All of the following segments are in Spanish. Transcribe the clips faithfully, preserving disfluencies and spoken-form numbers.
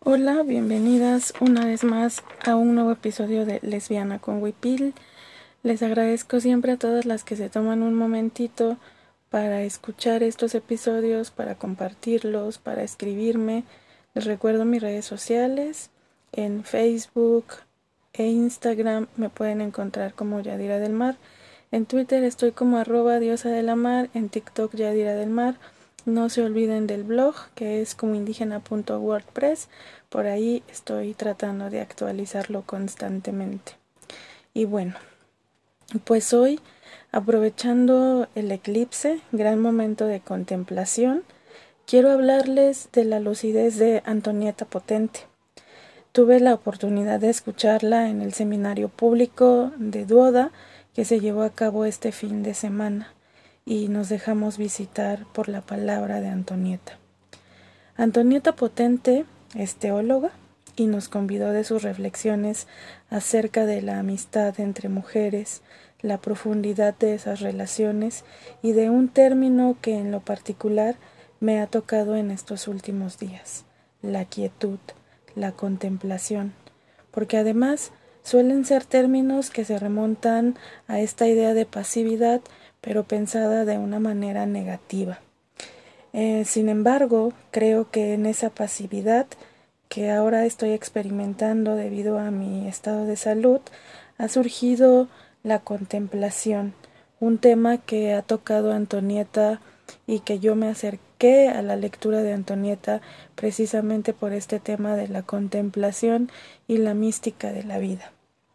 Hola, bienvenidas una vez más a un nuevo episodio de Lesbiana con Huipil. Les agradezco siempre a todas las que se toman un momentito para escuchar estos episodios, para compartirlos, para escribirme. Les recuerdo mis redes sociales. En Facebook e Instagram me pueden encontrar como Yadira del Mar. En Twitter estoy como arroba diosa de la mar, en TikTok Yadira del Mar. No se olviden del blog, que es como indígena punto wordpress. Por ahí estoy tratando de actualizarlo constantemente. Y bueno, pues hoy, aprovechando el eclipse, gran momento de contemplación, quiero hablarles de la lucidez de Antonieta Potente. Tuve la oportunidad de escucharla en el seminario público de Duoda que se llevó a cabo este fin de semana y nos dejamos visitar por la palabra de Antonieta. Antonieta Potente es teóloga y nos convidó de sus reflexiones acerca de la amistad entre mujeres, la profundidad de esas relaciones y de un término que en lo particular me ha tocado en estos últimos días, la quietud, la contemplación, porque además suelen ser términos que se remontan a esta idea de pasividad, pero pensada de una manera negativa. Eh, sin embargo, creo que en esa pasividad que ahora estoy experimentando debido a mi estado de salud, ha surgido la contemplación, un tema que ha tocado Antonieta y que yo me acerqué a la lectura de Antonieta precisamente por este tema de la contemplación y la mística de la vida.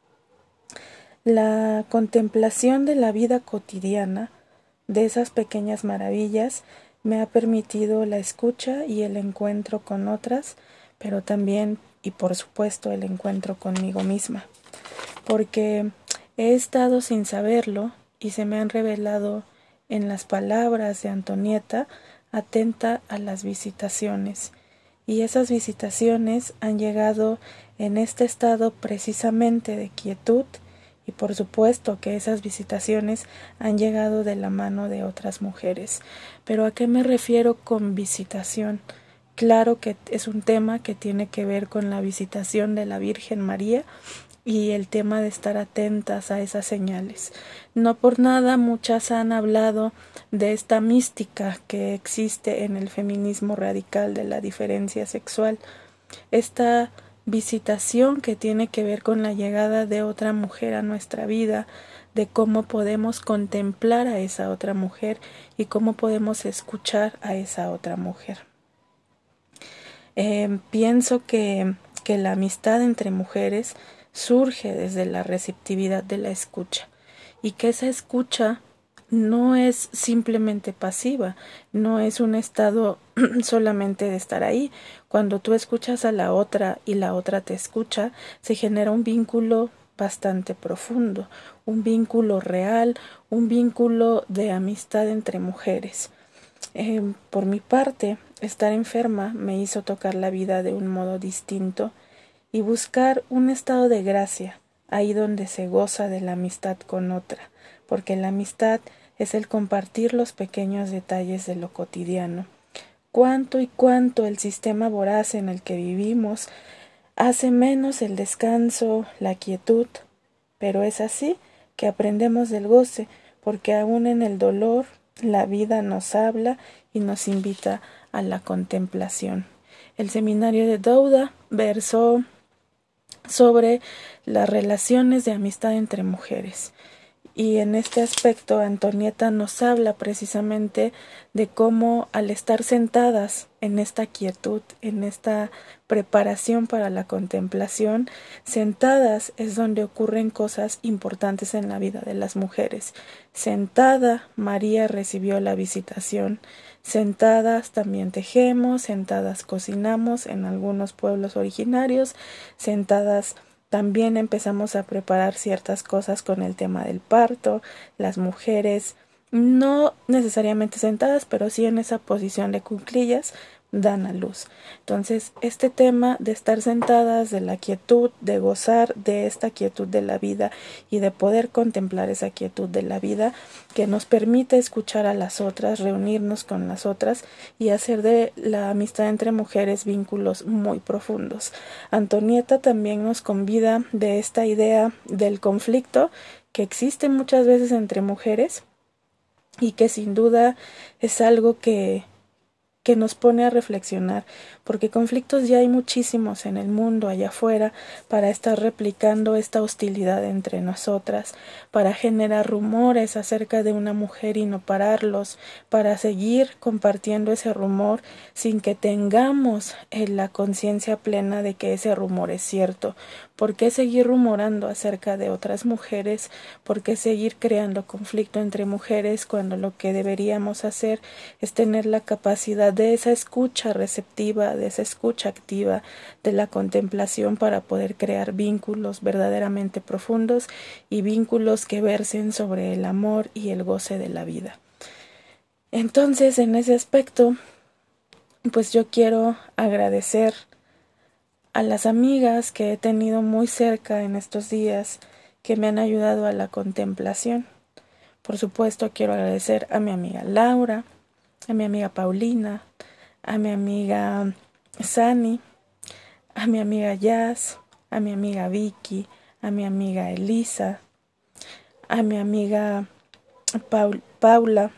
La contemplación de la vida cotidiana, de esas pequeñas maravillas, me ha permitido la escucha y el encuentro con otras, pero también y por supuesto el encuentro conmigo misma, porque he estado sin saberlo y se me han revelado en las palabras de Antonieta atenta a las visitaciones, y esas visitaciones han llegado en este estado precisamente de quietud, y por supuesto que esas visitaciones han llegado de la mano de otras mujeres. Pero ¿a qué me refiero con visitación? Claro que es un tema que tiene que ver con la visitación de la Virgen María y el tema de estar atentas a esas señales. No por nada muchas han hablado de esta mística que existe en el feminismo radical de la diferencia sexual. Esta visitación que tiene que ver con la llegada de otra mujer a nuestra vida, de cómo podemos contemplar a esa otra mujer y cómo podemos escuchar a esa otra mujer. Eh, pienso que, que la amistad entre mujeres surge desde la receptividad de la escucha y que esa escucha no es simplemente pasiva, no es un estado solamente de estar ahí. Cuando tú escuchas a la otra y la otra te escucha, se genera un vínculo bastante profundo, un vínculo real, un vínculo de amistad entre mujeres. Eh, por mi parte, estar enferma me hizo tocar la vida de un modo distinto y buscar un estado de gracia, ahí donde se goza de la amistad con otra, porque la amistad es el compartir los pequeños detalles de lo cotidiano. Cuánto y cuánto el sistema voraz en el que vivimos hace menos el descanso, la quietud, pero es así que aprendemos del goce, porque aún en el dolor la vida nos habla y nos invita a la contemplación. El seminario de Douda versó sobre las relaciones de amistad entre mujeres. Y en este aspecto Antonieta nos habla precisamente de cómo al estar sentadas en esta quietud, en esta preparación para la contemplación, sentadas es donde ocurren cosas importantes en la vida de las mujeres. Sentada María recibió la visitación, sentadas también tejemos, sentadas cocinamos en algunos pueblos originarios, sentadas también empezamos a preparar ciertas cosas con el tema del parto, las mujeres no necesariamente sentadas, pero sí en esa posición de cuclillas, dan a luz. Entonces, este tema de estar sentadas, de la quietud, de gozar de esta quietud de la vida y de poder contemplar esa quietud de la vida que nos permite escuchar a las otras, reunirnos con las otras y hacer de la amistad entre mujeres vínculos muy profundos. Antonieta también nos convida de esta idea del conflicto que existe muchas veces entre mujeres y que sin duda es algo que que nos pone a reflexionar, porque conflictos ya hay muchísimos en el mundo allá afuera para estar replicando esta hostilidad entre nosotras, para generar rumores acerca de una mujer y no pararlos, para seguir compartiendo ese rumor sin que tengamos la conciencia plena de que ese rumor es cierto. ¿Por qué seguir rumorando acerca de otras mujeres? ¿Por qué seguir creando conflicto entre mujeres cuando lo que deberíamos hacer es tener la capacidad de esa escucha receptiva, de esa escucha activa, de la contemplación para poder crear vínculos verdaderamente profundos y vínculos que versen sobre el amor y el goce de la vida? Entonces, en ese aspecto, pues yo quiero agradecer a las amigas que he tenido muy cerca en estos días que me han ayudado a la contemplación. Por supuesto, quiero agradecer a mi amiga Laura, a mi amiga Paulina, a mi amiga Sani, a mi amiga Jazz, a mi amiga Vicky, a mi amiga Elisa, a mi amiga Paul, Paula.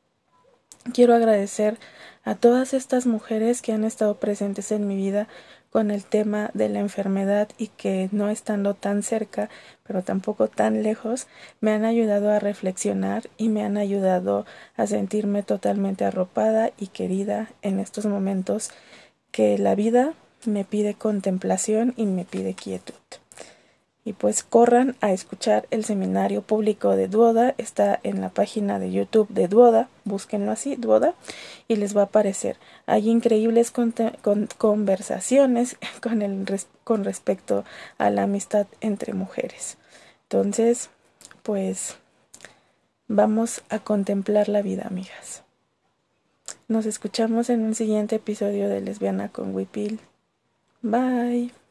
Quiero agradecer a todas estas mujeres que han estado presentes en mi vida con el tema de la enfermedad y que no estando tan cerca, pero tampoco tan lejos, me han ayudado a reflexionar y me han ayudado a sentirme totalmente arropada y querida en estos momentos que la vida me pide contemplación y me pide quietud. Y pues corran a escuchar el seminario público de Duoda, está en la página de YouTube de Duoda, búsquenlo así, Duoda, y les va a aparecer. Hay increíbles con con conversaciones con, el res con respecto a la amistad entre mujeres. Entonces, pues vamos a contemplar la vida, amigas. Nos escuchamos en un siguiente episodio de Lesbiana con Huipil. Bye.